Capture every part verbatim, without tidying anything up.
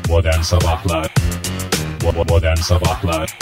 Modern Sabahlar Modern Sabahlar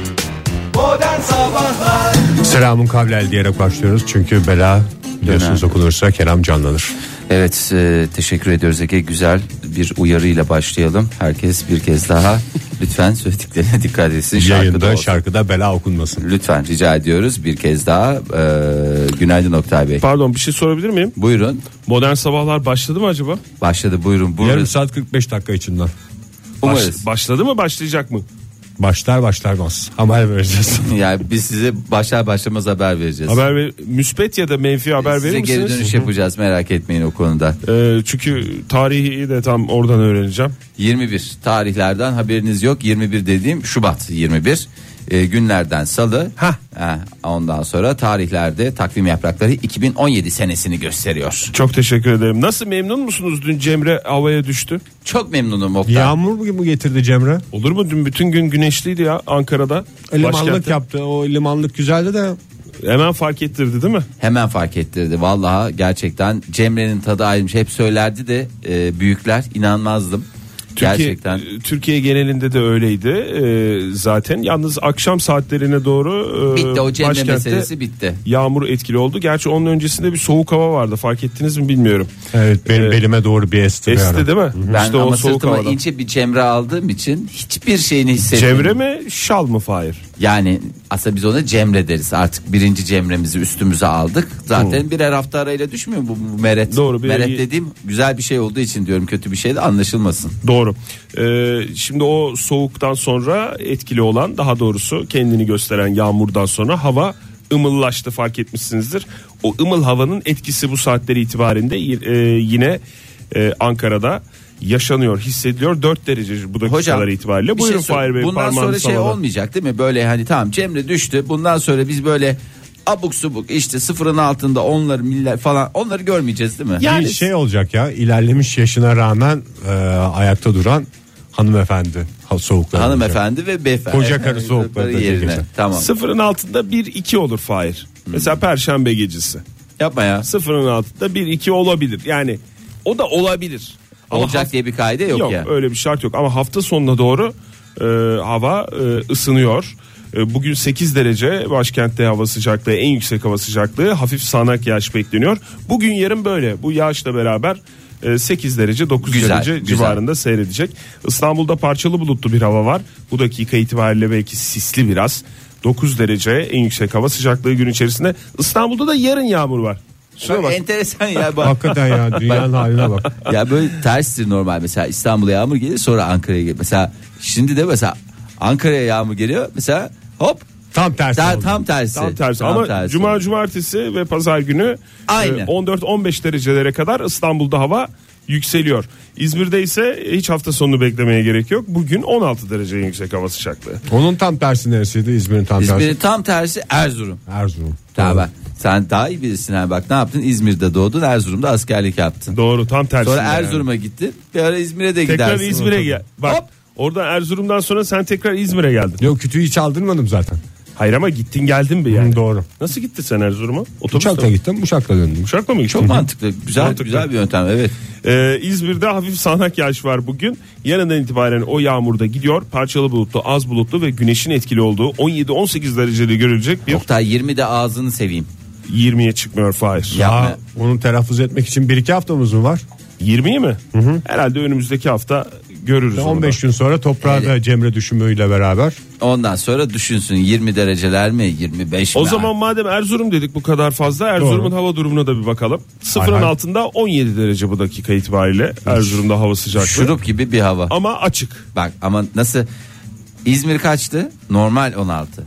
Modern Sabahlar. Selamun kavlel diyerek başlıyoruz çünkü bela biliyorsunuz okunursa kelam canlanır. Evet, e, teşekkür ediyoruz Ege. Güzel bir uyarıyla başlayalım. Herkes bir kez daha lütfen söylediklerine dikkat etsin. Yayında şarkıda bela okunmasın. Lütfen rica ediyoruz bir kez daha. E, günaydın Oktay Bey. Pardon, bir şey sorabilir miyim? Buyurun. Modern Sabahlar başladı mı acaba? Başladı, buyurun. buyurun. Yarım saat kırk beş dakika içinden. Umarız. Baş, başladı mı, başlayacak mı? Başlar başlarmaz haber vereceğiz. Yani biz size başlar başlamaz haber vereceğiz. Haber ver, müspet ya da menfi haber Size verir misiniz? geri dönüş yapacağız, merak etmeyin o konuda. Ee, çünkü tarihi de tam oradan öğreneceğim. yirmi bir tarihlerden haberiniz yok. yirmi bir dediğim Şubat yirmi bir. E, günlerden salı. Hah. Ha, ondan sonra tarihlerde takvim yaprakları iki bin on yedi senesini gösteriyor. Çok teşekkür ederim. Nasıl, memnun musunuz? Dün Cemre havaya düştü. Çok memnunum Oktay. Yağmur mu getirdi Cemre? Olur mu? Dün bütün gün güneşliydi ya Ankara'da. Limanlık Başkentte. yaptı. O limanlık güzeldi de. Hemen fark ettirdi değil mi? Hemen fark ettirdi. Vallahi gerçekten Cemre'nin tadı ayrılmış. Hep söylerdi de e, büyükler, inanmazdım. Türkiye, Gerçekten. Türkiye genelinde de öyleydi ee, zaten. Yalnız akşam saatlerine doğru e, Bitti o Cemre başkentte meselesi bitti. yağmur etkili oldu. Gerçi onun öncesinde bir soğuk hava vardı. Fark ettiniz mi bilmiyorum. Evet, benim Ee, belime doğru bir esti. Esti yani. değil mi? Ben İşte ama o soğuk sırtıma havadan. ince bir Cemre aldığım için hiçbir şeyini hissetmedim. Cemre mi, şal mı, Fahir? Yani aslında biz ona Cemre deriz. Artık birinci Cemre'mizi üstümüze aldık. Zaten birer hafta arayla düşmüyor bu, bu meret. Doğru, bir- Meret dediğim güzel bir şey olduğu için diyorum, kötü bir şey de anlaşılmasın. Doğru. Ee, şimdi o soğuktan sonra etkili olan, daha doğrusu kendini gösteren yağmurdan sonra hava ımıllaştı, fark etmişsinizdir. O ımıl havanın etkisi bu saatleri itibarinde e, yine e, Ankara'da yaşanıyor, hissediliyor. dört derece bu dakikalar Hocam, itibariyle. bir Buyurun şey Fahir Bey, bundan sonra parmağınızı şey havada. olmayacak değil mi? Böyle hani tamam Cemre düştü. Bundan sonra biz böyle abuk subuk işte sıfırın altında onları miller falan onları görmeyeceğiz değil mi? Yani- Bir şey olacak ya, ilerlemiş yaşına rağmen e, ayakta duran hanımefendi ha, soğuklar. Hanımefendi ve beyefendi. Koca karı soğukları da yerine. geçer. Tamam. Sıfırın altında bir iki olur Fahir. Mesela Perşembe gecesi. Yapma ya. Sıfırın altında bir iki olabilir. Yani o da olabilir. Ama Olacak haft- diye bir kaide yok, Yok, ya. öyle bir şart yok. Ama hafta sonuna doğru e, hava e, ısınıyor. E, bugün sekiz derece başkentte hava sıcaklığı, en yüksek hava sıcaklığı, hafif sağanak yağış bekleniyor. Bugün yarın böyle bu yağışla beraber e, sekiz derece dokuz Güzel, derece güzel. civarında seyredecek. İstanbul'da parçalı bulutlu bir hava var. Bu dakika itibariyle belki sisli biraz. dokuz derece en yüksek hava sıcaklığı gün içerisinde. İstanbul'da da yarın yağmur var. Şuna Çok bak. enteresan ya bak. Hakikaten ya, dünyanın haline bak. Ya böyle terstir normal, mesela İstanbul'a yağmur gelir sonra Ankara'ya gelir. Mesela şimdi de mesela Ankara'ya yağmur geliyor mesela hop Tam tersi ta- oldu. tam tersi. Tam tersi. Tam Ama tersi. cuma, cumartesi ve pazar günü Aynen. e, on dört on beş derecelere kadar İstanbul'da hava yükseliyor. İzmir'de ise hiç hafta sonunu beklemeye gerek yok. Bugün on altı derece en yüksek hava sıcaklığı. Onun tam tersi neresiydi? İzmir'in tam İzmir'in tersi. tam tersi Erzurum. Erzurum. Tamam, Doğru. bak sen daha iyi bilirsin ha, bak ne yaptın, İzmir'de doğdun, Erzurum'da askerlik yaptın. Doğru, tam tersi. Sonra Erzurum'a gittin, bir ara İzmir'e de Tekrar gidersin. İzmir'e gel. Bak. Hop. Oradan Erzurum'dan sonra sen tekrar İzmir'e geldin. Yok, kütüğü hiç aldırmadım zaten. Hayır ama gittin geldin mi yani? Hı, doğru. Nasıl gittin sen Erzurum'a? Otobüsle Uçakla mi? gittim, uçakla döndüm. Uçakla mı gittin? Çok mantıklı, güzel Mantıklı. güzel bir yöntem, evet. Ee, İzmir'de hafif sağanak yağış var bugün. Yarından itibaren o yağmurda gidiyor. Parçalı bulutlu, az bulutlu ve güneşin etkili olduğu on yedi on sekiz dereceli görülecek bir Oktay yirmide ağzını seveyim. yirmiye çıkmıyor Fahir. Ya- Daha onu telaffuz etmek için bir iki haftamız mı var? yirmiyi mi? Herhalde önümüzdeki hafta görürüz onu on beş da. gün sonra toprağa da Cemre düşümüyle beraber. Ondan sonra düşünsün yirmi dereceler mi yirmi beş mi? O zaman madem Erzurum dedik bu kadar fazla, Erzurum'un Doğru. hava durumuna da bir bakalım. Sıfırın Hay hay. altında on yedi derece bu dakika itibariyle Erzurum'da hava sıcaklığı. şurup gibi bir hava. Ama açık. Bak ama nasıl, İzmir kaçtı? Normal on altı.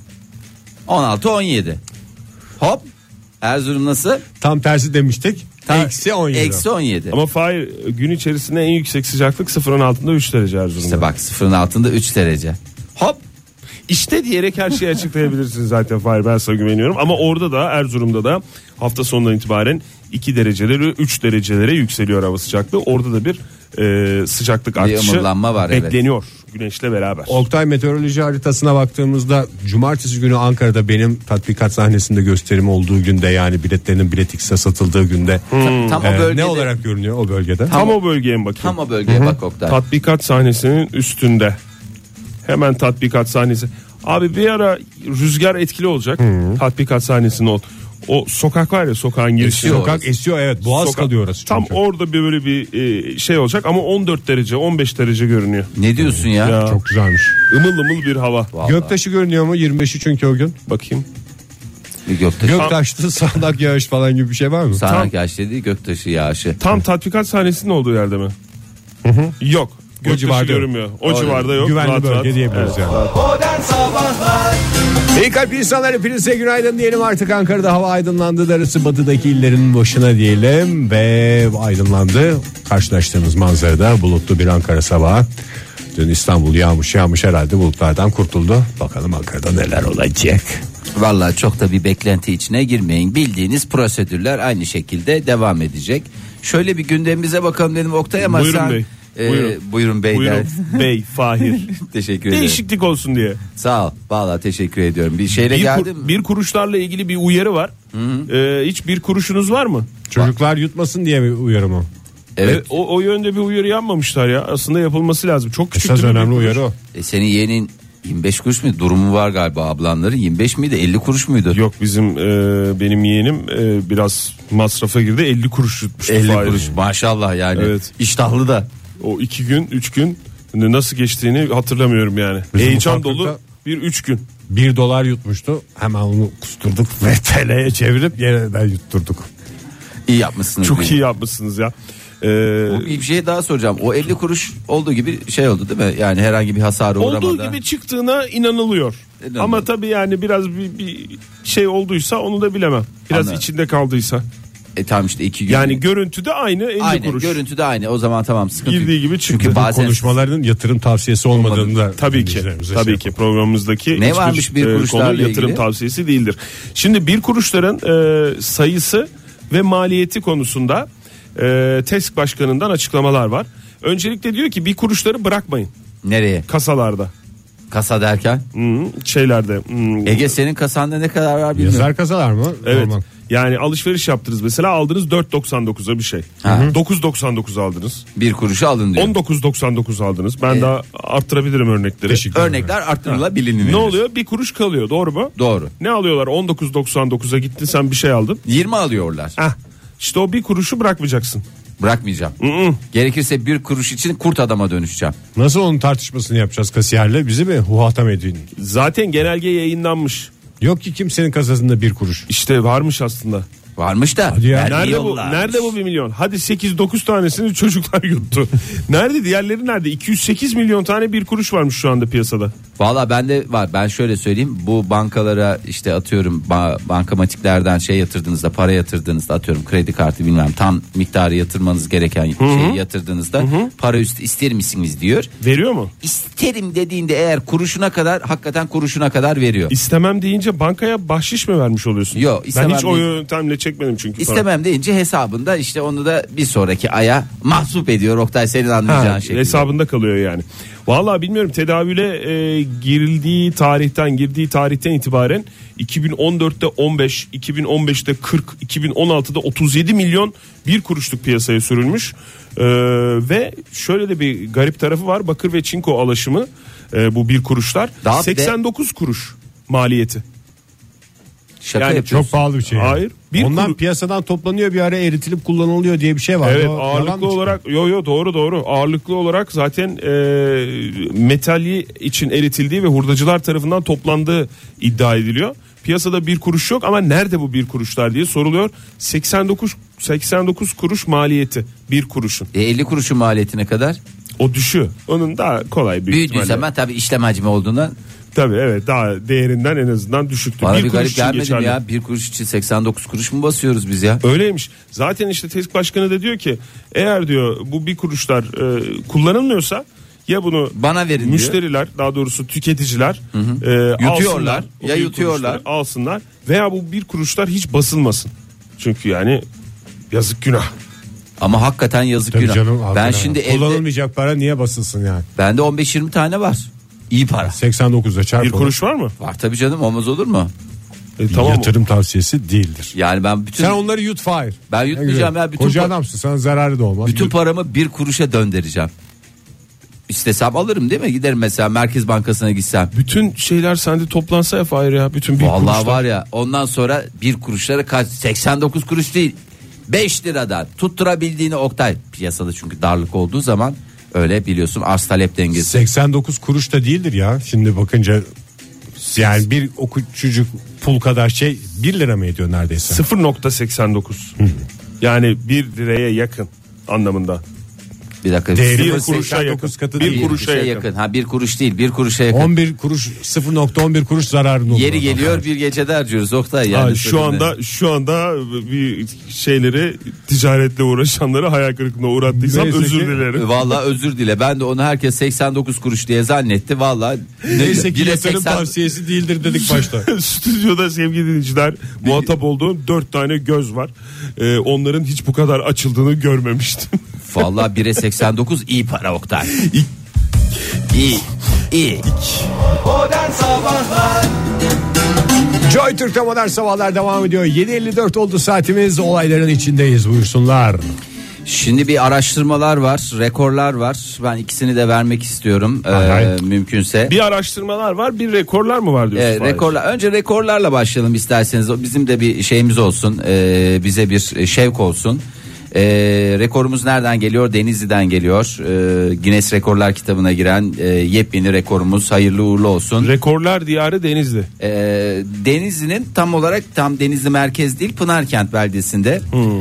on altı on yedi. Hop. Erzurum nasıl? Tam tersi demiştik. Ta- Eksi on yedi. Eksi on yedi. Ama Fahir, gün içerisinde en yüksek sıcaklık sıfırın altında üç derece Erzurum'da. İşte bak sıfırın altında üç derece. Hop. İşte diyerek her şeyi açıklayabilirsiniz zaten Fahir, ben sana güveniyorum. Ama orada da Erzurum'da da hafta sonundan itibaren iki derecelere üç derecelere yükseliyor hava sıcaklığı. Orada da bir e, sıcaklık Bir artışı ımırlanma var, evet. bekleniyor güneşle beraber. Oktay meteoroloji haritasına baktığımızda cumartesi günü Ankara'da benim tatbikat sahnesinde gösterim olduğu günde, yani biletlerin Bilet X'e satıldığı günde Tam, tam o e, bölgede. ne olarak görünüyor o bölgede? Tam o bölgeye mi bakayım? Tam o bölgeye bak Oktay. Tatbikat sahnesinin üstünde. Hemen tatbikat sahnesi. Abi bir ara rüzgar etkili olacak. Tatbikat sahnesinin ol. O sokak var ya, sokağın girişi. Esiyor. Sokak esiyor, evet, boğaz Sokak- kalıyor orası Tam çünkü. orada bir böyle bir e, şey olacak ama on dört derece on beş derece görünüyor. Ne diyorsun ya? Ya. Çok güzelmiş. Imıl ımıl bir hava. Vallahi. Göktaşı görünüyor mu yirmi beşi çünkü o gün? Bakayım. Bir göktaşı. Göktaş'ta sağanak yağış falan gibi bir şey var mı? Sağanak yağış dediği göktaşı yağışı. Tam tatbikat sahnesinin olduğu yerde mi? Yok. Göktaşı civarda yok. görünmüyor. O Öyle. civarda yok. Güvenli Rahat bölge rahat. diyebiliriz Evet. yani. Modern Sabahlar İyi kalp insanlar, hepinize günaydın diyelim. Artık Ankara'da hava aydınlandı. Darısı batıdaki illerin başına diyelim. Ve aydınlandı. Karşılaştığımız manzarada bulutlu bir Ankara sabahı. Dün İstanbul yağmış yağmış, herhalde bulutlardan kurtuldu. Bakalım Ankara'da neler olacak. Vallahi çok da bir beklenti içine girmeyin. Bildiğiniz prosedürler aynı şekilde devam edecek. Şöyle bir gündemimize bakalım dedim Oktay, ama Buyurun sen... bey. e, Buyurun. buyurun beyler. Buyurun. Bey, Fahir. Teşekkür ederim. Değişiklik olsun diye. Sağ ol. Vallahi teşekkür ediyorum. Bir şeyle Bir, geldim. kur, bir kuruşlarla ilgili bir uyarı var. Ee, hiç bir kuruşunuz var mı? Çocuklar yutmasın diye bir uyarı mı? Evet. E, o, o yönde bir uyarı yapmamışlar ya. Aslında yapılması lazım. Çok küçük Esas değil mi bir önemli kuruş? uyarı o. E, senin yeğenin yirmi beş kuruş mu? Durumu var galiba ablanların. yirmi beş miydi? elli kuruş muydu? Yok, bizim e, benim yeğenim e, biraz masrafa girdi. elli kuruş yutmuştu. elli Fahir. kuruş. Maşallah yani. Evet. İştahlı da. O iki gün üç gün nasıl geçtiğini hatırlamıyorum yani. Bizim Heyecan ufaklıkta- dolu bir üç gün. Bir dolar yutmuştu. Hemen onu kusturduk ve T L'ye çevirip yeniden yutturduk. İyi yapmışsınız. Çok beni. iyi yapmışsınız ya. Ee, Bir şey daha soracağım. O elli kuruş olduğu gibi şey oldu değil mi? Yani herhangi bir hasara uğramadan. olduğu gibi çıktığına inanılıyor. İnanılıyor. Ama tabii yani biraz bir, bir şey olduysa onu da bilemem. Biraz Anladım. içinde kaldıysa. E tamam işte iki gün. Yani görüntüde aynı elli aynı kuruş. görüntü de aynı. O zaman tamam, sıkıntı Girdiği yok. gibi çıktı. Çünkü bazen Konuşmaların yatırım tavsiyesi olmadığını da Tabii ki. dinleyicilerimize Tabii şey ki yapalım. programımızdaki Ne hiçbir, varmış bir e, kuruşlarla konu yatırım ilgili? tavsiyesi değildir. Şimdi bir kuruşların e, sayısı ve maliyeti konusunda e, TESK Başkanı'ndan açıklamalar var. Öncelikle diyor ki bir kuruşları bırakmayın Nereye? kasalarda. Kasa derken? Hmm, şeylerde. hmm, Ege senin kasanda ne kadar var bilmiyorum. Yazar kasalar mı? Evet. Normal. Yani alışveriş yaptınız mesela, aldınız dört doksan dokuza bir şey. dokuz doksan dokuz aldınız. Bir kuruşu alın diyor. on dokuz doksan dokuz aldınız. Ben Ee, daha arttırabilirim örnekleri. Teşekkür ederim. Örnekler arttırılabilir. Ne oluyor? Bir kuruş kalıyor, doğru mu? Doğru. Ne alıyorlar? on dokuz doksan dokuza gittin sen, bir şey aldın. yirmi alıyorlar. Heh. İşte o bir kuruşu bırakmayacaksın. Bırakmayacağım. Mm-mm. Gerekirse bir kuruş için kurt adama dönüşeceğim. Nasıl onun tartışmasını yapacağız kasiyerle? Bizi mi huhatam edin? Zaten genelge yayınlanmış. Yok ki kimsenin kasasında bir kuruş. İşte varmış aslında. Varmış da. Hadi ya. belli Nerede bu? yollarmış. Nerede bu bir milyon? Hadi sekiz dokuz tanesini çocuklar yuttu. Nerede? Diğerleri nerede? iki yüz sekiz milyon tane bir kuruş varmış şu anda piyasada. Valla bende var. Ben şöyle söyleyeyim. Bu bankalara işte atıyorum ba- bankamatiklerden şey yatırdığınızda, para yatırdığınızda, atıyorum kredi kartı bilmem tam miktarı yatırmanız gereken şeyi yatırdığınızda para üstü ister misiniz diyor. Veriyor mu? İsterim dediğinde eğer kuruşuna kadar, hakikaten kuruşuna kadar veriyor. İstemem deyince bankaya bahşiş mi vermiş oluyorsun? Yok, Ben istemem hiç o değil. yöntemle çekmedim çünkü. İstemem deyince hesabında işte onu da bir sonraki aya mahsup ediyor. Oktay senin anlayacağın Ha, şekilde. hesabında kalıyor yani. Vallahi bilmiyorum, tedavüle e, girildiği tarihten girdiği tarihten itibaren iki bin on dörtte on beş, iki bin on beşte kırk, iki bin on altıda otuz yedi milyon bir kuruşluk piyasaya sürülmüş. E, ve şöyle de bir garip tarafı var. Bakır ve çinko alaşımı e, bu bir kuruşlar Daha bir de- seksen dokuz kuruş maliyeti. Şaka Yani yapıyorsun. Çok pahalı bir şey. yani. Hayır. Bir Ondan kuru- piyasadan toplanıyor, bir ara eritilip kullanılıyor diye bir şey var. Evet, O yalan mı ağırlıklı çıktı? olarak yo yo doğru doğru ağırlıklı olarak zaten e, metali için eritildiği ve hurdacılar tarafından toplandığı iddia ediliyor. Piyasada bir kuruş yok ama nerede bu bir kuruşlar diye soruluyor. seksen dokuz seksen dokuz kuruş maliyeti bir kuruşun. E, elli kuruşun maliyetine kadar. O düşüyor. Onun daha kolay büyük Büyüdüğü ihtimalle. zaman tabii işlem hacmi olduğundan Tabii evet, daha değerinden en azından düşüktür. bana bir, bir kuruş garip için gelmedi mi geçerli. ya? Bir kuruş için seksen dokuz kuruş mu basıyoruz biz ya? Öyleymiş. Zaten işte TESK Başkanı da diyor ki eğer diyor bu bir kuruşlar e, kullanılmıyorsa ya bunu Bana verin diyor. müşteriler, daha doğrusu tüketiciler e, Yutuyorlar, alsınlar, o ya bir yutuyorlar. kuruşları alsınlar veya bu bir kuruşlar hiç basılmasın. Çünkü yani yazık, günah. Ama hakikaten yazık Tabii günah. canım, Ben hakikaten. şimdi evde Kullanılmayacak para niye basılsın yani? bende on beş yirmi tane var. İyi para. seksen dokuzda çarpalım. Bir kuruş var mı? Var tabii canım, olmaz olur mu? E, tamam. Yatırım tavsiyesi değildir. Yani ben bütün Sen onları yut Fahir. Ben yutmayacağım Ne ya, güzel. bütün Koca pa- adamsın, sana zararı da olmaz. bütün Yut. paramı bir kuruşa döndüreceğim. İstesem alırım değil mi? Giderim mesela Merkez Bankası'na gitsem. Bütün şeyler sende toplansa ya Fahir ya. Bütün bir Vallahi kuruşlar. var ya, ondan sonra bir kuruşlara kaç, seksen dokuz kuruş değil, beş liradan tutturabildiğini Oktay. Piyasada çünkü darlık olduğu zaman öyle biliyorsun, arz talep dengesi. seksen dokuz kuruş da değildir ya. Şimdi bakınca yani bir o küçücük pul kadar şey bir lira mı ediyor neredeyse? sıfır nokta seksen dokuz. Yani bir liraya yakın anlamında. Bir dakika. Değeri Bir mi? kuruşa seksen dokuz yakın. katı Bir değil. kuruş. kuruşa şey yakın. yakın. Ha, bir kuruş değil, bir kuruşa yakın. on bir kuruş, sıfır nokta on bir kuruş zararın olur. Yeri oradan. geliyor bir gecede harcıyoruz Oktay. Yani Ha, şu sözünde. anda şu anda bir şeyleri, ticaretle uğraşanları hayal kırıklığına uğrattıysam Neyse özür ki- dilerim. Vallahi özür dile. Ben de onu herkes seksen dokuz kuruş diye zannetti. Vallahi Neyse ki bire yatırım seksen tavsiyesi değildir dedik başta. Stüdyoda sevgili dinleyiciler, muhatap olduğum dört tane göz var. Ee, onların hiç bu kadar açıldığını görmemiştim. Vallahi bire seksen dokuz iyi para Oktay. İyi. İyi. Modern Sabahlar. Joy Türk'te modern sabahlar devam ediyor. yedi elli dört oldu saatimiz, olayların içindeyiz, buyursunlar. Şimdi bir araştırmalar var, rekorlar var. Ben ikisini de vermek istiyorum ee, Hay hay. mümkünse. Bir araştırmalar var, bir rekorlar mı var diyorsun? Evet, Fahir? rekorlar. Önce rekorlarla başlayalım isterseniz. O bizim de bir şeyimiz olsun. Ee, bize bir şevk olsun. Ee, rekorumuz nereden geliyor? Denizli'den geliyor. Ee, Guinness Rekorlar kitabına giren e, yepyeni rekorumuz. Hayırlı uğurlu olsun. Rekorlar diyarı Denizli. Ee, Denizli'nin tam olarak tam Denizli merkez değil, Pınarkent beldesinde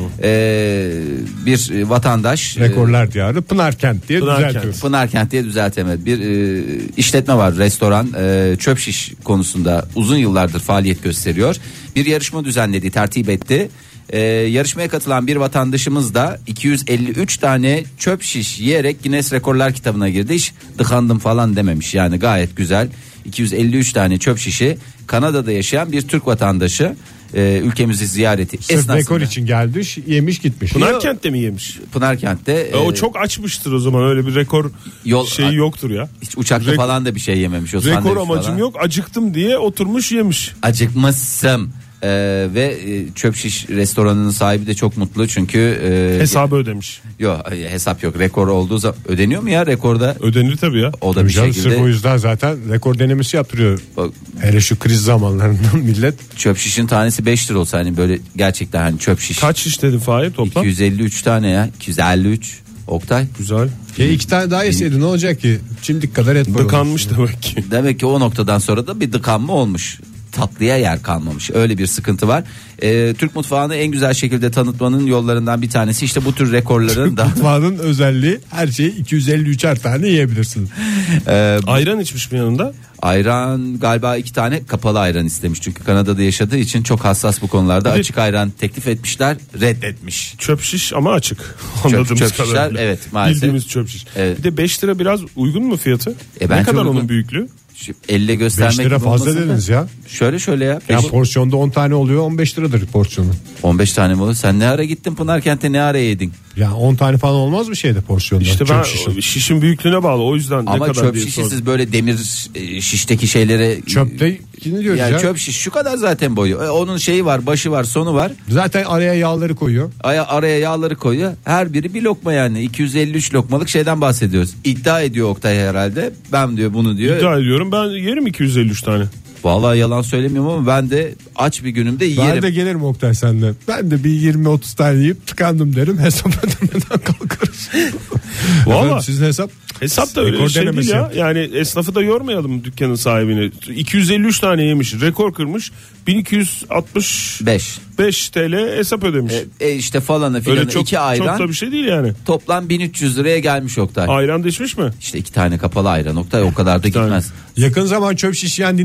ee, bir vatandaş Rekorlar diyarı Pınarkent diye Pınarkent. düzeltiyoruz. Pınarkent diye düzeltemedi. Bir e, işletme var, restoran, e, çöp şiş konusunda uzun yıllardır faaliyet gösteriyor. Bir yarışma düzenledi, tertip etti. E, yarışmaya katılan bir vatandaşımız da iki yüz elli üç tane çöp şiş yiyerek Guinness Rekorlar kitabına girdi. Hiç dıkandım falan dememiş, yani gayet güzel. iki yüz elli üç tane çöp şişi Kanada'da yaşayan bir Türk vatandaşı e, ülkemizi ziyareti Sırf esnasında. rekor için gelmiş, yemiş gitmiş. Pınarkent'te mi yemiş? Pınarkent'te. E, o çok açmıştır o zaman, öyle bir rekor Yol- şeyi yoktur ya. hiç uçakta Rek- falan da bir şey yememiş. O Rekor sandviç amacım falan. yok, acıktım diye oturmuş yemiş. Acıkmışsın. Ee, ve e, çöp şiş restoranının sahibi de çok mutlu çünkü e, Hesabı ödemiş. yok hesap yok, rekor olduğu zaman ödeniyor mu ya rekorda, Ödenir tabii ya. o da Tabii bir canım, şekilde sırf o yüzden zaten rekor denemesi yaptırıyor. Bak, Hele şu kriz zamanlarında millet. çöp şişin tanesi beş lira olsa hani böyle gerçekten hani çöp şiş Kaç şiş dedin Fahir toplam? iki yüz elli üç tane ya, iki yüz elli üç Oktay, Güzel. Ya iki tane daha yeseydi ne olacak ki? Çimdik kadar et var. Dıkanmış demek ki. demek ki o noktadan sonra da bir dıkanma olmuş. Tatlıya yer kalmamış. Öyle bir sıkıntı var. Ee, Türk mutfağını en güzel şekilde tanıtmanın yollarından bir tanesi işte bu tür rekorların da Mutfağının özelliği, her şeyi iki yüz elli üçer tane yiyebilirsin. Ee, Ayran içmiş mi yanında? ayran galiba iki tane kapalı ayran istemiş. Çünkü Kanada'da yaşadığı için çok hassas bu konularda. Bir de- Açık ayran teklif etmişler, reddetmiş. Çöp şiş ama açık. Anladığımız çöp şişler, kadarıyla. evet, maalesef. Bildiğimiz çöp şiş. Evet. Bir de beş lira biraz uygun mu fiyatı? E, ne bence kadar uygun. onun büyüklüğü? Şu elle göstermek beş lira gibi fazla olmasın da- dediniz ya. Şöyle şöyle ya. Ya Beş- porsiyonda on tane oluyor, on beş liradır porsiyonu. on beş tane mi olur? Sen ne ara gittin Pınarkent'e, ne ara yedin? Ya on tane falan olmaz mı şeyde porsiyonda? İşte Çöp ben şişin. şişin büyüklüğüne bağlı, o yüzden Ama ne kadar çöp diye şişi sordum. siz böyle demir e, şişteki şeylere Çöpte ne diyoruz yani ya? çöp şiş şu kadar zaten boyu. E, onun şeyi var, başı var, sonu var. Zaten araya yağları koyuyor. Aya, araya yağları koyuyor. Her biri bir lokma yani. iki yüz elli üç lokmalık şeyden bahsediyoruz. İddia ediyor Oktay herhalde. Ben diyor bunu diyor. İddia ediyorum, ben yerim iki yüz elli üç tane. Vallahi yalan söylemiyorum ama ben de aç bir günümde Ben yerim. de gelirim Oktay senle. Ben de bir yirmi otuz tane yiyip tıkandım derim. Hesap ödemeden kalkarız. Vallahi. Efendim, sizin hesap? Hesap da öyle Rekor şey değil denemesi ya. yap. Yani esnafı da yormayalım, dükkanın sahibini. iki yüz elli üç tane yemiş. Rekor kırmış. bin iki yüz altmış beş. beş TL hesap ödemiş. E, e işte falanı filanı Öyle çok, iki ayran çok da bir şey değil yani. toplam bin üç yüz liraya gelmiş Oktay. Ayran da içmiş mi? İşte iki tane kapalı ayran Oktay, o kadar da tane. gitmez. Yakın zaman çöp şiş yiyen dinleyicimiz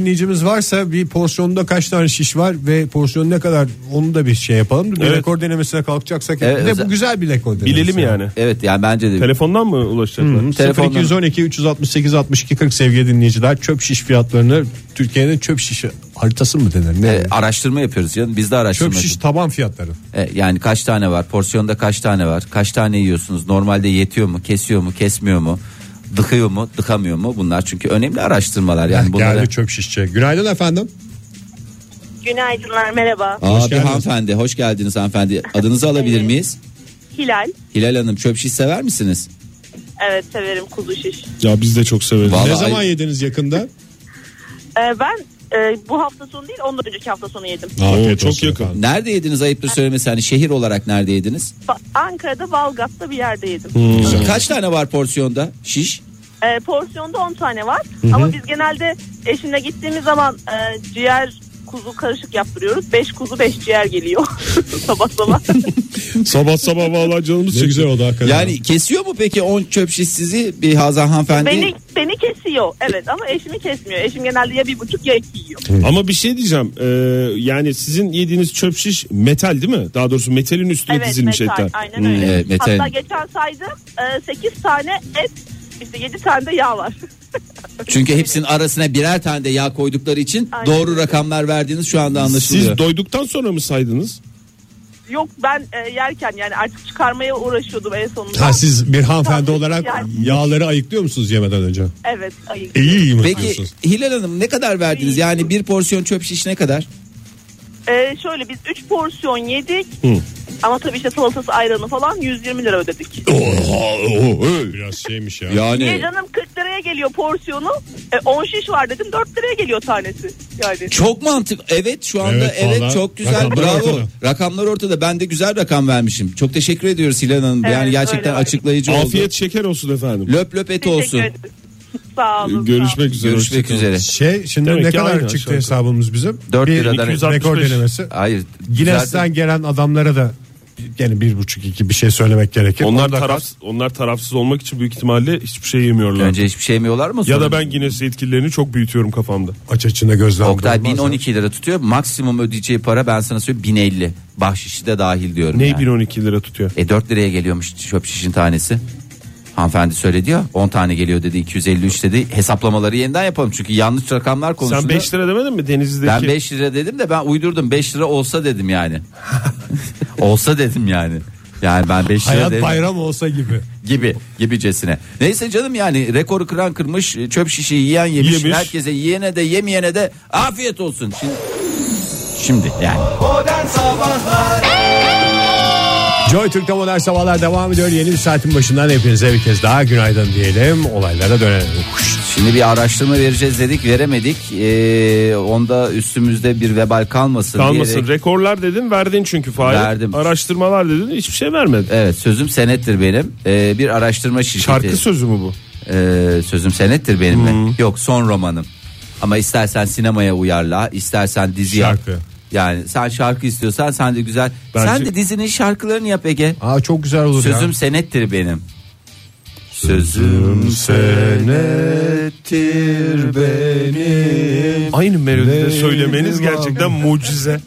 varsa bir porsiyonda kaç tane şiş var ve porsiyon ne kadar, onu da bir şey yapalım. Bir Evet. rekor denemesine kalkacaksak Evet, bir de özel- bu güzel bir rekor denemesi. Bilelim yani. Evet yani bence de. Telefondan mı ulaşacaklar? sıfır Telefondan- iki yüz on iki üç yüz altmış sekiz altmış iki kırk sevgili dinleyiciler, çöp şiş fiyatlarını, Türkiye'nin çöp şişi haritası mı denir? Ne? E, araştırma yapıyoruz canım. Biz de araştırma. Çöp şiş taban fiyatları. E, yani kaç tane var? Porsiyonda kaç tane var? Kaç tane yiyorsunuz? Normalde yetiyor mu? Kesiyor mu? Kesmiyor mu? Dıkıyor mu? Dıkamıyor mu? Bunlar çünkü önemli araştırmalar. Yani bunlara... Geldi çöp şişçi. Günaydın efendim. Günaydınlar, merhaba. Aa, Hoş bir geldiniz. hanımefendi, hoş geldiniz hanımefendi. Adınızı alabilir miyiz? Hilal. Hilal Hanım, çöp şiş sever misiniz? Evet, severim kuzu şiş. Ya biz de çok severiz. Vallahi- Ne zaman yediniz yakında? Ee, ben e, bu hafta sonu değil, ondan önceki hafta sonu yedim. Afiyet çok olsun yakın. efendim. Nerede yediniz, ayıptır söylemesi, hani şehir olarak nerede yediniz? Ba- Ankara'da Balgat'ta bir yerde yedim. Kaç tane var porsiyonda şiş? Ee, porsiyonda on tane var. Ama biz genelde eşimle gittiğimiz zaman e, ciğer kuzu karışık yaptırıyoruz. beş kuzu beş ciğer geliyor sabah sabah. Sabah sabah vallahi canımız Ne çekti. güzel oldu hakikaten. Yani kesiyor mu peki on çöp şiş sizi bir Hazan hanımefendi? beni beni kesiyor, evet, ama eşimi kesmiyor. Eşim genelde ya bir buçuk ya iki yiyor. Ama bir şey diyeceğim. Ee, yani sizin yediğiniz çöp şiş metal değil mi? Daha doğrusu metalin üstüne Evet, dizilmiş metal, etler. aynen öyle. Hmm, evet, metal. Hatta geçen saydım e, sekiz tane et, işte yedi tane de yağ var. Çünkü hepsinin arasına birer tane de yağ koydukları için Aynen. doğru rakamlar verdiğiniz şu anda anlaşılıyor. Siz doyduktan sonra mı saydınız? Yok, ben e, yerken yani artık çıkarmaya uğraşıyordum en sonunda. Ha, siz bir hanımefendi olarak Yani- yağları ayıklıyor musunuz yemeden önce? Evet, ayık. İyi iyi mi Peki diyorsunuz? Hilal Hanım ne kadar verdiniz? Yani bir porsiyon çöp şiş ne kadar? E, şöyle biz üç porsiyon yedik. Ama tabii işte salatası, ayranı falan yüz yirmi lira ödedik. Biraz şeymiş ya. Niye Yani canım, kırk liraya geliyor porsiyonu. E, on şiş var dedim, dört liraya geliyor tanesi. Yani. çok mantık. Evet şu anda Evet, evet, vallahi çok güzel. rakamlar Bravo. ortada. Rakamlar ortada. Ben de güzel rakam vermişim. Çok teşekkür ediyoruz Hilal Hanım. Evet, yani gerçekten öyle var. açıklayıcı oldu. Afiyet şeker olsun efendim. Löp löp eti Teşekkür olsun. ederim. Sağ olun. Görüşmek üzere. Görüşmek hoşçakalın. üzere. Şey şimdi Demek ne ki kadar aynı çıktı aşağı yukarı. hesabımız bizim? Dört Bir liradan iki yüz altmış rekor beş. denemesi. Hayır. Guinness'ten gelen adamlara da yani bir buçuk iki bir şey söylemek gerekir. Onlar Onda taraf, onlar tarafsız olmak için büyük ihtimalle hiçbir şey yemiyorlar. Önce hiçbir şey yemiyorlar mı? Ya Sonra- da ben Guinness yetkililerini çok büyütüyorum kafamda. aç açına gözden Oktay vurulmaz bin on iki lira tutuyor. Maksimum ödeyeceği para ben sana söyleyeyim bin elli. Bahşişi de dahil diyorum. Ney yani. bin on iki lira tutuyor? E dört liraya geliyormuş çöp şişin tanesi. Hanımefendi söyledi ya on tane geliyor dedi, iki yüz elli üç dedi. Hesaplamaları yeniden yapalım çünkü yanlış rakamlar konusunda. Sen beş lira demedin mi Denizli'deki? Ben beş lira dedim de ben uydurdum, beş lira olsa dedim yani. Olsa dedim yani. Yani ben beş lira Hayat dedim. bayram olsa gibi. gibi gibicesine. Neyse canım, yani rekoru kıran kırmış, çöp şişeyi yiyen yemiş, Yemiş. herkese, yiyene de yemeyene de afiyet olsun. Şimdi, şimdi yani. Modern Sabahlar Joy Türk'te modern sabahlar devam ediyor. Yeni bir saatin başından hepinize bir kez daha günaydın diyelim. Olaylara dönelim. Şimdi bir araştırma vereceğiz dedik, veremedik. Ee, onda üstümüzde bir vebal kalmasın, Kalmasın. diyerek. Rekorlar dedin, verdin çünkü Fahir. Verdim. Araştırmalar dedin, hiçbir şey vermedin. Evet, sözüm senettir benim. Ee, bir araştırma şirketi. Şarkı sözü mü bu? Ee, sözüm senettir benim mi? Yok, son romanım. Ama istersen sinemaya uyarla, istersen dizi yap. Şarkı. Yani sen şarkı istiyorsan sen de güzel. Bence- Sen de dizinin şarkılarını yap Ege. Aa, çok güzel olur Sözüm ya. senettir benim. Sözüm senettir benim. Aynı melodide Benim söylemeniz gerçekten mucize.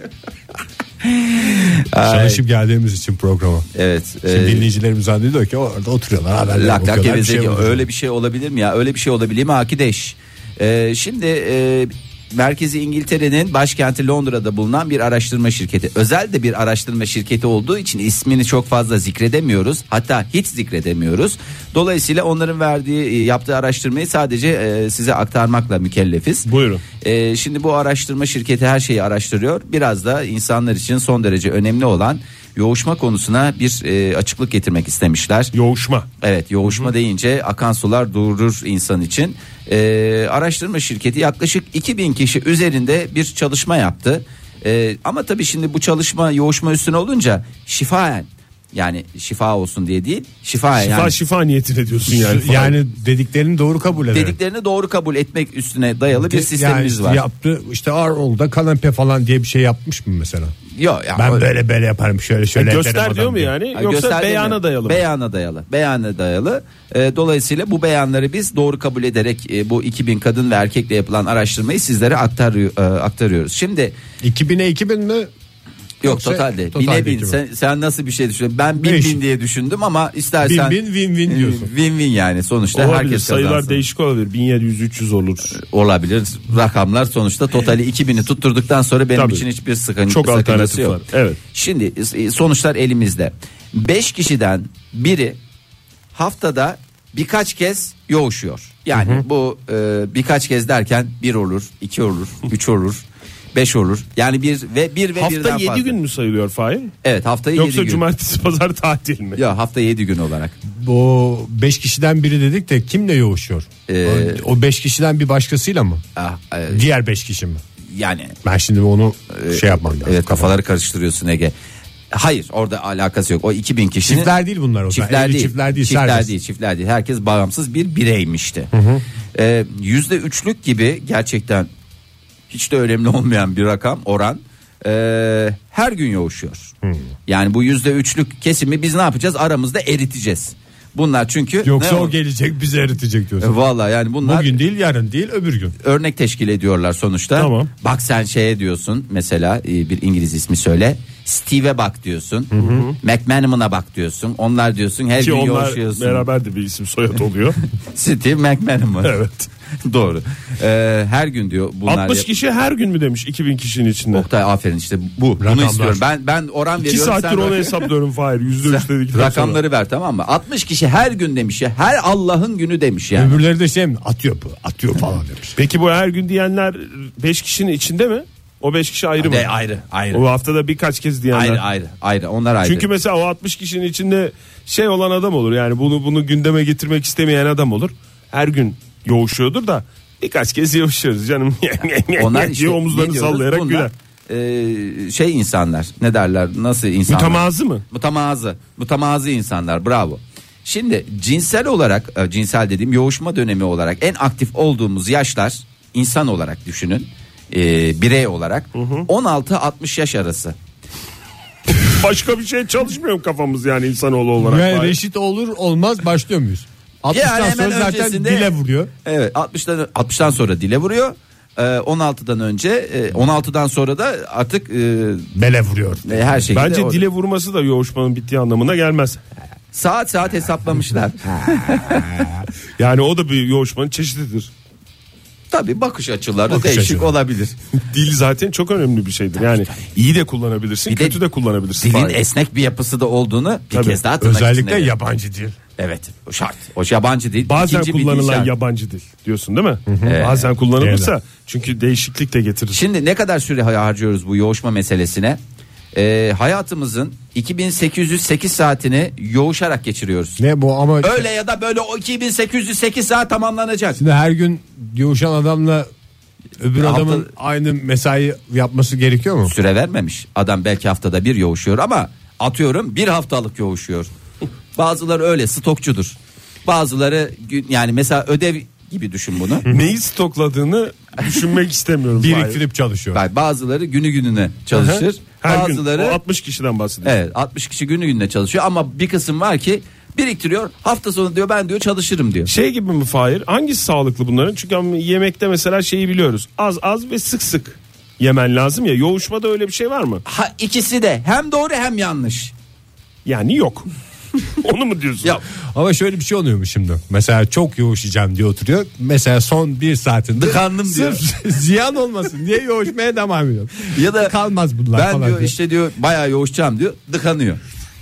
Çalışıp geldiğimiz için programa. Evet. Şimdi e, dinleyicilerimiz zannediyor ki orada oturuyorlar. Haberler lak lak bakıyorlar, bir şey gevezeki. oluyor. Öyle bir şey olabilir mi ya? Öyle bir şey olabilir mi Akideş? Ee, şimdi e, merkezi İngiltere'nin başkenti Londra'da bulunan bir araştırma şirketi. Özel de bir araştırma şirketi olduğu için ismini çok fazla zikredemiyoruz. Hatta hiç zikredemiyoruz. Dolayısıyla onların verdiği, yaptığı araştırmayı sadece e, size aktarmakla mükellefiz. Buyurun. E, şimdi bu araştırma şirketi her şeyi araştırıyor. Biraz da insanlar için son derece önemli olan yoğuşma konusuna bir e, açıklık getirmek istemişler. Yoğuşma. Evet, yoğuşma deyince akan sular durur insan için. Ee, araştırma şirketi yaklaşık iki bin kişi üzerinde bir çalışma yaptı. Ee, ama tabii şimdi bu çalışma yoğuşma üstüne olunca şifaen Yani şifa olsun diye değil. Şifa, Şifa yani. şifa niyetine diyorsun yani. Yani dediklerini doğru kabul ederek. Dediklerini doğru kabul etmek üstüne dayalı bir Yani sistemimiz işte var. yaptı işte ağır oldu da kanepe falan diye bir şey yapmış mı mesela? Yok ya. Ben öyle- böyle böyle yaparım şöyle şöyle. E, ederim göster adam diyor mu diye. yani? Ha, Yoksa gösterge beyana mi? dayalı mı? Beyana dayalı. Beyana dayalı. E, dolayısıyla bu beyanları biz doğru kabul ederek e, bu iki bin kadın ve erkekle yapılan araştırmayı sizlere aktarıyor, e, aktarıyoruz. Şimdi iki bine iki bin mi? yok Yoksa totalde. totalde Bine bin. iki bin. Sen, sen nasıl bir şey düşünüyorsun? Ben bin Değişik. bin diye düşündüm ama istersen. Bin bin win win diyorsun. Win win yani sonuçta Olabilir, herkes sayılar kazansın. değişik olabilir. bin yedi yüz üç yüz olur. Olabilir. Rakamlar sonuçta totali iki bini tutturduktan sonra benim Tabii. için hiçbir sıkıntı Çok sakıncası alternatif yok. var. Evet. Şimdi e, sonuçlar elimizde. beş kişiden biri haftada birkaç kez yoğuşuyor. Yani bu e, birkaç kez derken bir olur, iki olur, üç olur, beş olur. Yani bir ve bir ve Hafta birden yedi fazla. gün mü sayılıyor Fahir? Evet, haftayı yedi Yoksa gün. cumartesi pazar tatil mi? Ya hafta yedi gün olarak. Bu beş kişiden biri dedik de kimle yoğuşuyor? Ee, o, o beş kişiden bir başkasıyla mı? Ah, e, Diğer beş kişi mi? yani Ben şimdi onu şey yapmam lazım. evet, kafaları karıştırıyorsun Ege. Hayır, orada alakası yok. O iki bin kişinin Çiftler değil bunlar o zaman. Çiftler Evli değil. çiftler değil, Çiftler serbest. değil, çiftler değil. Herkes bağımsız bir bireymişti. Ee, Yüzde üçlük gibi gerçekten hiç de önemli olmayan bir rakam, oran. Ee, her gün yoğuşuyor. Yani bu yüzde üçlük kesimi biz ne yapacağız? Aramızda eriteceğiz. Bunlar çünkü Yoksa ne o o- gelecek bizi eritecek diyorsun. E, Vallahi yani bunlar Bugün değil yarın değil öbür gün. örnek teşkil ediyorlar sonuçta. Tamam. Bak sen şeye diyorsun mesela, e, bir İngiliz ismi söyle. Steve'e bak diyorsun. McManaman'a bak diyorsun. Onlar diyorsun her Ki gün onlar yoğuşuyorsun. beraber de bir isim soyad oluyor. Steve McManaman. Evet. Doğru. Ee, her gün diyor bunlar. altmış kişi her gün mü demiş iki bin kişinin içinde? Oktay aferin işte bu. Bunu Rakamlar. istiyorum. Ben ben oran iki veriyorum. saattir sen onu rak- hesaplıyorum Fahir. yüzde üç dedikten sonra. rakamları ver, tamam mı? altmış kişi her gün demiş ya. Her Allah'ın günü demiş yani. Öbürleri de şey mi atıyor bu atıyor falan demiş. Peki bu her gün diyenler beş kişinin içinde mi? O beş kişi ayrı mı? De, ayrı ayrı. O haftada birkaç kez diyenler. Ayrı ayrı ayrı. Onlar ayrı. Çünkü mesela o altmış kişinin içinde şey olan adam olur. Yani bunu bunu gündeme getirmek istemeyen adam olur. Her gün yoğuşuyordur da birkaç kez yoğuşuyoruz canım. onlar diye işte omuzlarını ne diyoruz? sallayarak Bunlar, güler. e, şey insanlar, ne derler, nasıl insanlar? Mütemazı mı? Mütemazı. Mütemazı insanlar, bravo. Şimdi cinsel olarak, e, cinsel dediğim yoğuşma dönemi olarak en aktif olduğumuz yaşlar, insan olarak düşünün, e, birey olarak on altı altmış yaş arası. Başka bir şey çalışmıyor mu kafamız yani insanoğlu olarak? Yani Fahir? reşit olur olmaz başlıyor muyuz? altmıştan Yani sonra hemen zaten öncesinde- dile vuruyor. Evet, altmıştan altmıştan sonra dile vuruyor. E, on altıdan önce, e, on altıdan sonra da artık e, Bele vuruyor. e, her şekilde Bence o- dile vurması da yoğuşmanın bittiği anlamına gelmez. saat saat hesaplamışlar. Yani o da bir yoğuşmanın çeşididir. Tabii bakış açıları Bakış değişik açıları. olabilir. Dil zaten çok önemli bir şeydir. Yani iyi de kullanabilirsin, Bir de kötü de kullanabilirsin. Dilin Fahir. esnek bir yapısı da olduğunu bir Tabii. kez daha tırnak Özellikle içinde- yabancı dil. Evet, o şart. O yabancı değil. Bazen İkinci bildiğin kullanılan şart. yabancı dil diyorsun değil mi? Bazen kullanılırsa çünkü değişiklik de getirir. Şimdi ne kadar süre harcıyoruz bu yoğuşma meselesine? Ee, hayatımızın iki bin sekiz yüz sekiz saatini yoğuşarak geçiriyoruz. Ne bu ama Öyle ya da böyle o iki bin sekiz yüz sekiz saat tamamlanacak. şimdi her gün yoğuşan adamla öbür Hafta- adamın aynı mesai yapması gerekiyor mu? Süre vermemiş. Adam belki haftada bir yoğuşuyor ama atıyorum bir haftalık yoğuşuyor. Bazıları öyle stokçudur. Bazıları gün- yani mesela ödev gibi düşün bunu. Neyi stokladığını düşünmek istemiyorum. Fahir. Biriktirip çalışıyor. Bak, bazıları günü gününe çalışır. Her Bazıları gün o altmış kişiden bahsediyor. evet altmış kişi günü gününe çalışıyor ama bir kısım var ki biriktiriyor. Hafta sonu diyor ben diyor çalışırım diyor. Şey gibi mi Fahir? Hangisi sağlıklı bunların? Çünkü ama yemekte mesela şeyi biliyoruz. Az az ve sık sık yemen lazım ya. Yoğuşmada öyle bir şey var mı? Ha, ikisi de hem doğru hem yanlış. Yani yok. Onu mu diyorsun? Ya Ama şöyle bir şey oluyormuş şimdi. Mesela çok yoğuşacağım diye oturuyor. Mesela son bir saatinde Dıkandım diyor. Sırf ziyan olmasın diye yoğuşmaya devam ediyor. ya da Kalmaz bunlar ben falan diyor diye. işte diyor bayağı yoğuşacağım diyor, dıkanıyor.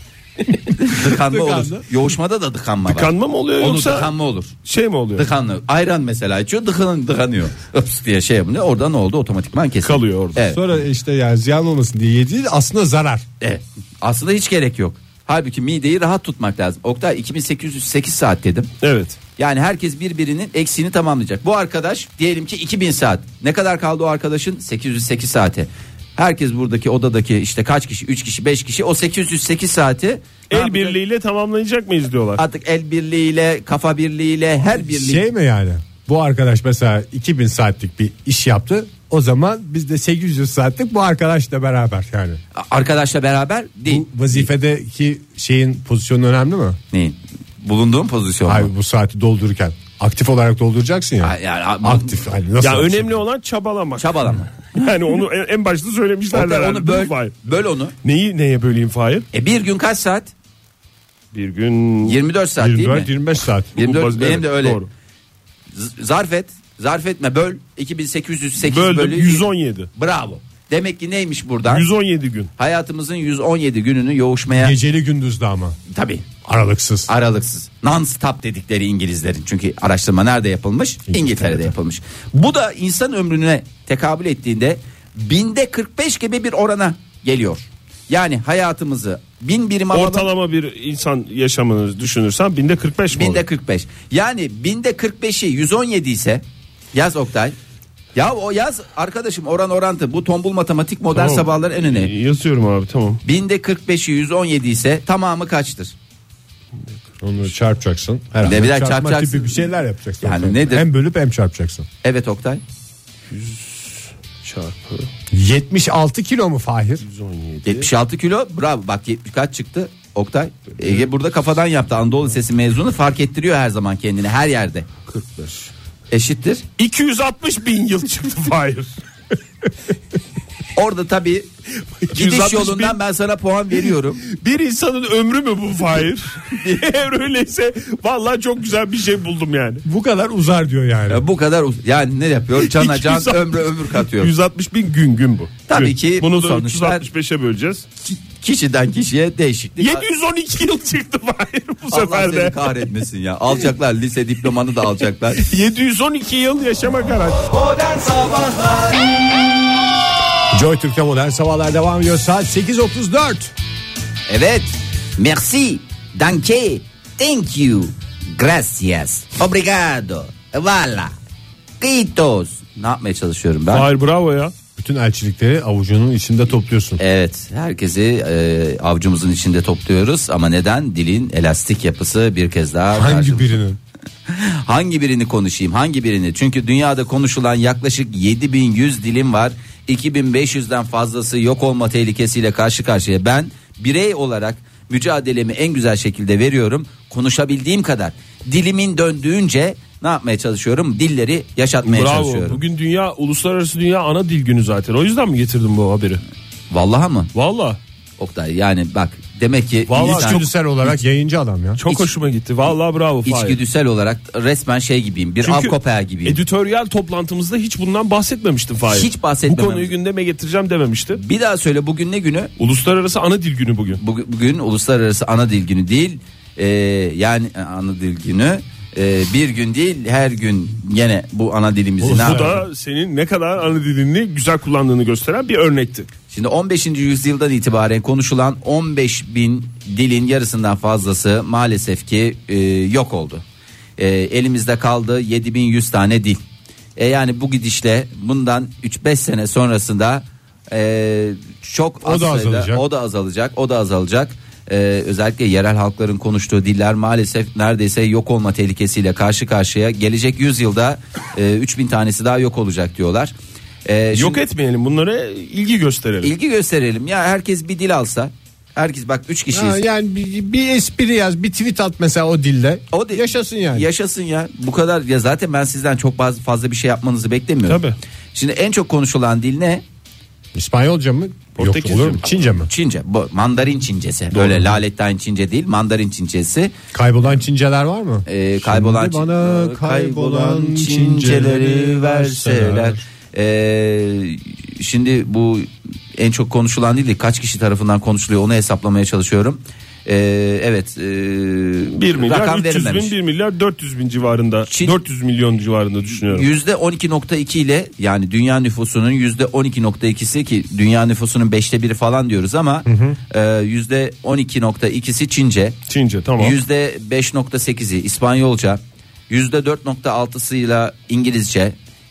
Dıkanma olur. Dıkandı. Yoğuşmada da dıkanma var. Tıkanma mı oluyor Onu yoksa dıkanma olur. şey mi oluyor? Dıkanlı. Ayran mesela içiyor, dıkan, dıkanıyor. Öps diye şey yapıyor. Orada ne oldu? Otomatikman kesiliyor. Kalıyor orada. Evet. Sonra işte yani ziyan olmasın diye yediği aslında zarar. Evet. Aslında hiç gerek yok. Halbuki mideyi rahat tutmak lazım. Oktay iki bin sekiz yüz sekiz saat dedim. Evet. Yani herkes birbirinin eksiğini tamamlayacak. Bu arkadaş diyelim ki iki bin saat. Ne kadar kaldı o arkadaşın? sekiz yüz sekiz saate. Herkes buradaki odadaki işte kaç kişi, üç kişi, beş kişi, o sekiz yüz sekiz saati El birliğiyle tamamlayacak mıyız diyorlar. artık el birliğiyle, kafa birliğiyle, her birliği. Şey mi yani? Bu arkadaş mesela iki bin saatlik bir iş yaptı. O zaman biz de sekiz yüz saatlik bu arkadaşla beraber yani. Arkadaşla beraber değil. Bu vazifedeki şeyin pozisyonu önemli mi? Neyin? Bulunduğum pozisyon. Hayır, bu saati doldururken aktif olarak dolduracaksın ya. Yani, yani, aktif. Hani nasıl Ya olacak? önemli olan çabalamak. Çabalama. Yani onu en- en başta söylemişler. Oktay, herhalde. onu böl, Fahir. böl onu. Neyi neye böleyim Fahir? E bir gün kaç saat? Bir gün yirmi dört saat değil yirmi dört mi? yirmi beş saat. yirmi dört Evet, benim de öyle. doğru. Z- Zarf et. Zarf etme, böl. iki bin sekiz yüz sekiz Böldüm bölü yüz on yedi. Bravo. Demek ki neymiş buradan? yüz on yedi gün. Hayatımızın yüz on yedi gününü yoğuşmaya Geceli gündüzde ama tabii aralıksız. aralıksız. Non-stop dedikleri İngilizlerin. Çünkü araştırma nerede yapılmış? İngiltere'de yapılmış. Bu da insan ömrüne tekabül ettiğinde binde kırk beş gibi bir orana geliyor. Yani hayatımızı bin birim alalım. Ortalama bir insan yaşamını düşünürsen binde kırk beş mi Binde olur? kırk beş. Yani binde kırk beşi yüz on yedi ise yaz Oktay. Ya o yaz arkadaşım, oran orantı. Bu tombul matematik modern Tamam. sabahların en önemli. Yazıyorum abi, tamam. Binde kırk beşi yüz on yedi ise tamamı kaçtır? Onu çarpacaksın. Herhalde Bir de bir dakika çarpma çarpacaksın. tipi bir şeyler yapacaksın. Yani nedir? Hem bölüp hem çarpacaksın. Evet Oktay. Çarpı yetmiş altı kilo mu Fahir? yüz on yedi. yetmiş altı kilo, bravo. Bak yetmiş kaç çıktı Oktay? Ege burada kafadan yaptı. Anadolu Lisesi mezunu, fark ettiriyor her zaman kendini her yerde. kırk beş. Eşittir. iki yüz altmış bin yıl çıktı Fahir. Orada tabii iki yüz gidiş altmış yolundan bin. ben sana puan veriyorum. Bir insanın ömrü mü bu Fahir? Eğer öyleyse vallahi çok güzel bir şey buldum yani. Bu kadar uzar diyor yani. Ya bu kadar uz- yani ne yapıyor? Cana can, iki yüz altmış ömrü ömür katıyor. yüz altmış bin gün gün bu. Tabii Gün. ki bunu bu da sonuçlar- üç yüz altmış beşe böleceğiz. Kişiden kişiye değişiklik. yedi yüz on iki yıl çıktı Fahir bu Allah sefer seni de. kahretmesin ya. Alacaklar, lise diplomanı da alacaklar. yedi yüz on iki yıl yaşama garanti. Modern Sabahlar Joy Türk'te modern sabahlar devam ediyor. Saat sekiz otuz dört. Evet. Merci. Danke. Thank you. Gracias. Obrigado. Valla. Quitos. Ne yapmaya çalışıyorum ben? Fahir bravo ya. Bütün elçilikleri avucunun içinde topluyorsun. Evet, herkesi e, avcumuzun içinde topluyoruz ama neden? Dilin elastik yapısı bir kez daha Hangi karşımıza. birinin? Hangi birini konuşayım? Hangi birini? Çünkü dünyada konuşulan yaklaşık yedi bin yüz dilim var. iki bin beş yüzden fazlası yok olma tehlikesiyle karşı karşıya. Ben birey olarak mücadelemi en güzel şekilde veriyorum. Konuşabildiğim kadar. Dilimin döndüğünce ne yapmaya çalışıyorum? Dilleri yaşatmaya Bravo. çalışıyorum. Bugün dünya uluslararası dünya ana dil günü zaten. O yüzden mi getirdim bu haberi? Vallahi mı? Valla. Oktay, yani bak demek ki Vallahi insan- İçgüdüsel olarak yayıncı adam ya. Çok İç- hoşuma gitti. Valla bravo Fahir. İçgüdüsel olarak resmen şey gibiyim, bir av köpeği gibiyim. editoryal toplantımızda hiç bundan bahsetmemiştim Fahir. Hiç bahsetmemiştim. Bu konuyu gündeme getireceğim dememişti. Bir daha söyle, bugün ne günü? Uluslararası ana dil günü bugün. Bugün, bugün uluslararası ana dil günü değil. Ee, yani e, ana dil günü e, bir gün değil, her gün gene bu ana dilimizi. Bu ne yapalım? da senin ne kadar ana dilini güzel kullandığını gösteren bir örnekti. Şimdi on beşinci yüzyıldan itibaren konuşulan on beş bin dilin yarısından fazlası maalesef ki e, yok oldu. E, elimizde kaldı yedi bin yüz tane dil. E, yani bu gidişle bundan üç beş sene sonrasında e, çok O az da sayıda- azalacak. o da azalacak, o da azalacak. E, özellikle yerel halkların konuştuğu diller maalesef neredeyse yok olma tehlikesiyle karşı karşıya. Gelecek yüzyılda e, üç bin tanesi daha yok olacak diyorlar. E, Yok şimdi- etmeyelim, bunlara ilgi gösterelim. İlgi gösterelim ya, herkes bir dil alsa, herkes bak üç kişiyiz. Ha, yani bir, bir espri yaz, bir tweet at mesela o dilde. O di- yaşasın yani. Yaşasın ya, bu kadar ya, zaten ben sizden çok fazla, fazla bir şey yapmanızı beklemiyorum. Tabii. Şimdi en çok konuşulan dil ne? İspanyolca mı? Portekizce Yok olur mi? mu? Çince mi? Çince. Bu Mandarin Çincesi. Böyle lalettayn Çince değil, Mandarin Çincesi. Kaybolan Çinceler var mı? Ee, kaybolan Şimdi bana Çin- kaybolan Çinceleri verseler. Ee, şimdi bu en çok konuşulan değil de kaç kişi tarafından konuşuluyor onu hesaplamaya çalışıyorum. Ee, evet. E, bir milyar rakam üç yüz bin, verilmemiş. bir milyar dört yüz bin civarında. Çin- dört yüz milyon civarında düşünüyorum. yüzde on iki nokta iki ile, yani dünya nüfusunun yüzde on iki nokta ikisi, ki dünya nüfusunun beşte biri falan diyoruz ama e, yüzde on iki nokta ikisi Çince, Çince, tamam. yüzde beş nokta sekizi İspanyolca, yüzde dört nokta altısıyla İngilizce,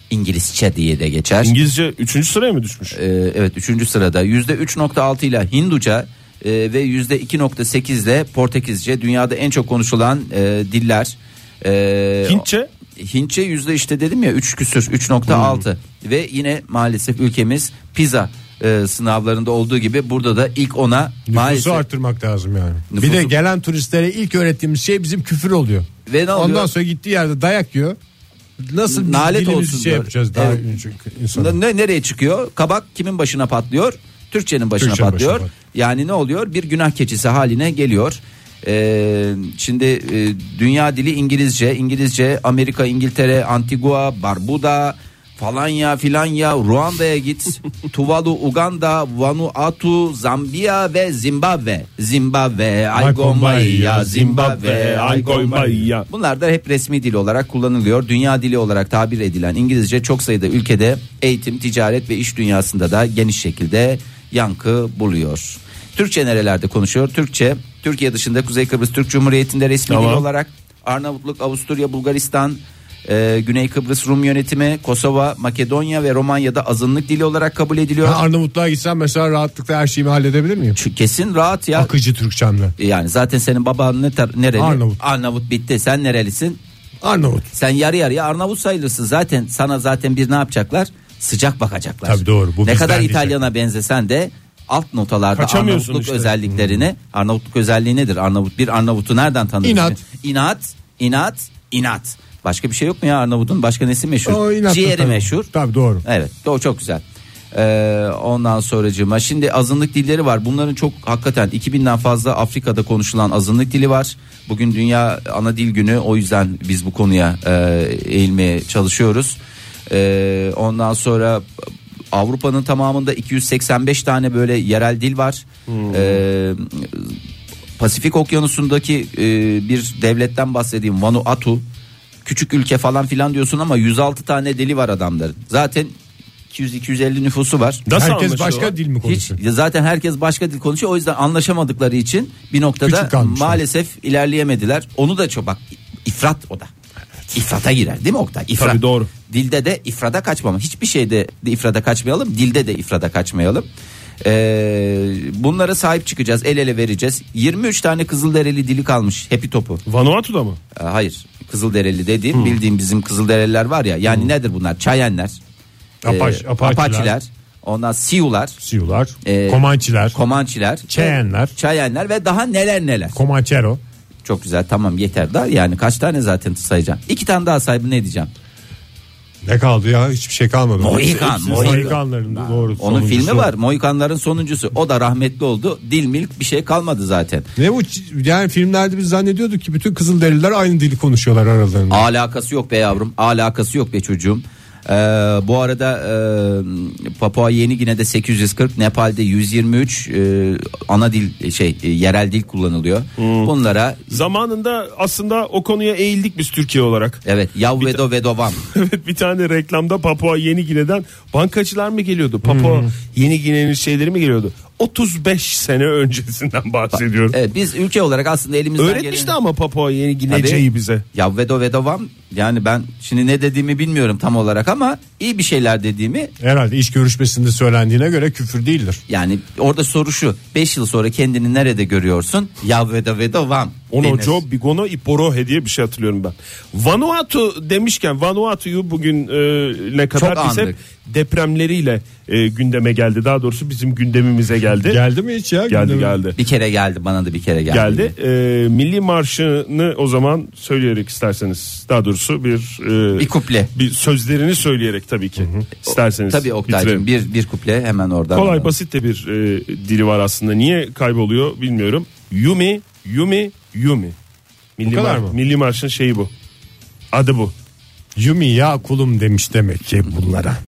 İngilizce diye de geçer. İngilizce üçüncü sıraya mı düşmüş? Ee, evet üçüncü sırada yüzde üç nokta altı ile Hinduca e, ve yüzde iki nokta sekiz ile Portekizce dünyada en çok konuşulan e, diller. E, Hintçe? Hintçe yüzde işte dedim ya üç küsür üç nokta altı hmm. ve yine maalesef ülkemiz PISA e, sınavlarında olduğu gibi burada da ilk ona nüfusu maalesef arttırmak lazım yani. Nüfusu... Bir de gelen turistlere ilk öğrettiğimiz şey bizim küfür oluyor. Ve ne oluyor? Ondan sonra gittiği yerde dayak yiyor. Nasıl biz nalet dilimizi olsun şey yapacağız daha evet. insana. Ne, nereye çıkıyor? Kabak kimin başına patlıyor? Türkçenin başına Türkçenin patlıyor. başına. Yani ne oluyor? Bir günah keçisi haline geliyor. Ee, şimdi e, dünya dili İngilizce, İngilizce Amerika, İngiltere, Antigua, Barbuda falan ya filan ya Ruanda'ya git. Tuvalu, Uganda, Vanuatu, Zambiya ve Zimbabwe. Zimbabwe, Aygombaya, Zimbabwe, Aygombaya. Bunlar da hep resmi dil olarak kullanılıyor. Dünya dili olarak tabir edilen İngilizce çok sayıda ülkede eğitim, ticaret ve iş dünyasında da geniş şekilde yankı buluyor. Türkçe nerelerde konuşuyor? Türkçe Türkiye dışında Kuzey Kıbrıs Türk Cumhuriyeti'nde resmi tamam. dil olarak, Arnavutluk, Avusturya, Bulgaristan, e, Güney Kıbrıs Rum yönetimi, Kosova, Makedonya ve Romanya'da azınlık dili olarak kabul ediliyor. Ben Arnavutluğa gitsem mesela rahatlıkla her şeyimi halledebilir miyim? Çünkü kesin rahat ya. Akıcı Türkçemle. Yani zaten senin baban ne tar- nereli? Arnavut. Arnavut bitti. Sen nerelisin? Arnavut. Sen yarı yarıya Arnavut sayılırsın. Zaten sana zaten bir ne yapacaklar? Sıcak bakacaklar. Tabii doğru. Bu ne kadar diyecek. İtalyana benzesen de alt notalarda Arnavutluk işte. özelliklerini, hmm. Arnavutluk özelliği nedir? Arnavut bir Arnavut'u nereden tanırsın? İnat. İnat, inat, inat. Başka bir şey yok mu ya Arnavut'un? Başka nesi meşhur? O inat ciğeri tabii. meşhur. Tabii doğru. Evet, o çok güzel. Ee, ondan sonracığıma şimdi azınlık dilleri var. Bunların çok hakikaten iki binden fazla Afrika'da konuşulan azınlık dili var. Bugün Dünya Ana Dil Günü, o yüzden biz bu konuya e, eğilmeye çalışıyoruz. E, ondan sonra Avrupa'nın tamamında iki yüz seksen beş tane böyle yerel dil var. Hmm. E, Pasifik Okyanusu'ndaki e, bir devletten bahsedeyim, Vanuatu. Küçük ülke falan filan diyorsun ama yüz altı tane dili var adamların. Zaten iki yüz iki yüz elli nüfusu var. Nasıl herkes başka dil mi konuşuyor? Hiç, zaten herkes başka dil konuşuyor. O yüzden anlaşamadıkları için bir noktada maalesef ilerleyemediler. Onu da çok bak, ifrat o da. Evet. İfrata girer değil mi Oktay? İfrat. Tabii doğru. Dilde de ifrata kaçmama. Hiçbir şeyde de ifrata kaçmayalım. Dilde de ifrata kaçmayalım. Ee, bunlara sahip çıkacağız, el ele vereceğiz. yirmi üç tane Kızılderili dili kalmış, hepi topu. Vanuatu'da mı? Ee, hayır, Kızılderili dediğim hmm. bildiğim bizim Kızılderililer var ya. Yani hmm. nedir bunlar? Çayenler, Apaç, e, Apaçiler, ondan Siyular, Siyular, e, Komançiler, Komançiler, Çayenler, Çayenler ve daha neler neler. Komançero. Çok güzel, tamam yeter daha, yani kaç tane zaten sayacağım. İki tane daha sahibi ne diyeceğim? Ne kaldı ya? Hiçbir şey kalmadı. Mohikan. Mohikanların doğru. Onun filmi var. Mohikanların sonuncusu. O da rahmetli oldu. Dil milk bir şey kalmadı zaten. Ne bu? Yani filmlerde biz zannediyorduk ki bütün Kızılderililer aynı dili konuşuyorlar aralarında. Alakası yok be yavrum. Alakası yok be çocuğum. Ee, bu arada e, Papua Yeni Gine'de sekiz yüz kırk, Nepal'de yüz yirmi üç e, ana dil şey e, yerel dil kullanılıyor. Hmm. Bunlara zamanında aslında o konuya eğildik biz Türkiye olarak. Evet, Yavvedo ta- Vedovan. Evet, bir tane reklamda Papua Yeni Gine'den bankacılar mı geliyordu? Papua hmm. Yeni Gine'nin şeyleri mi geliyordu? otuz beş sene öncesinden bahsediyorum. Evet, biz ülke olarak aslında elimizden öğretmişti gelen... ama Papua Yeni Ginece'yi bize. Yavvedo Vedovan, yani ben şimdi ne dediğimi bilmiyorum tam olarak ama iyi bir şeyler dediğimi. Herhalde iş görüşmesinde söylendiğine göre küfür değildir. Yani orada soru şu: beş yıl sonra kendini nerede görüyorsun? Yavvedo Vedovan. Onojo Bigono Iporohe diye bir şey hatırlıyorum ben. Vanuatu demişken, Vanuatu'yu bugün e, ne kadar biz hep depremleriyle e, gündeme geldi. Daha doğrusu bizim gündemimize geldi. Geldi mi hiç ya? Geldi gündeme? geldi. Bir kere geldi, bana da bir kere geldi. Geldi. E, Milli Marşı'nı o zaman söyleyerek isterseniz, daha doğrusu bir e, bir kuple. Bir sözlerini söyleyerek tabii ki. Hı hı. İsterseniz. Tabii Oktay'cığım, bir bir kuple hemen oradan. Kolay basit de bir e, dili var aslında. Niye kayboluyor bilmiyorum. Yumi, Yumi, Yumi. Milli, bu kadar Mar- mı? Milli Marş'ın şeyi bu. Adı bu. Yumi ya kulum demiş demek ki bunlara.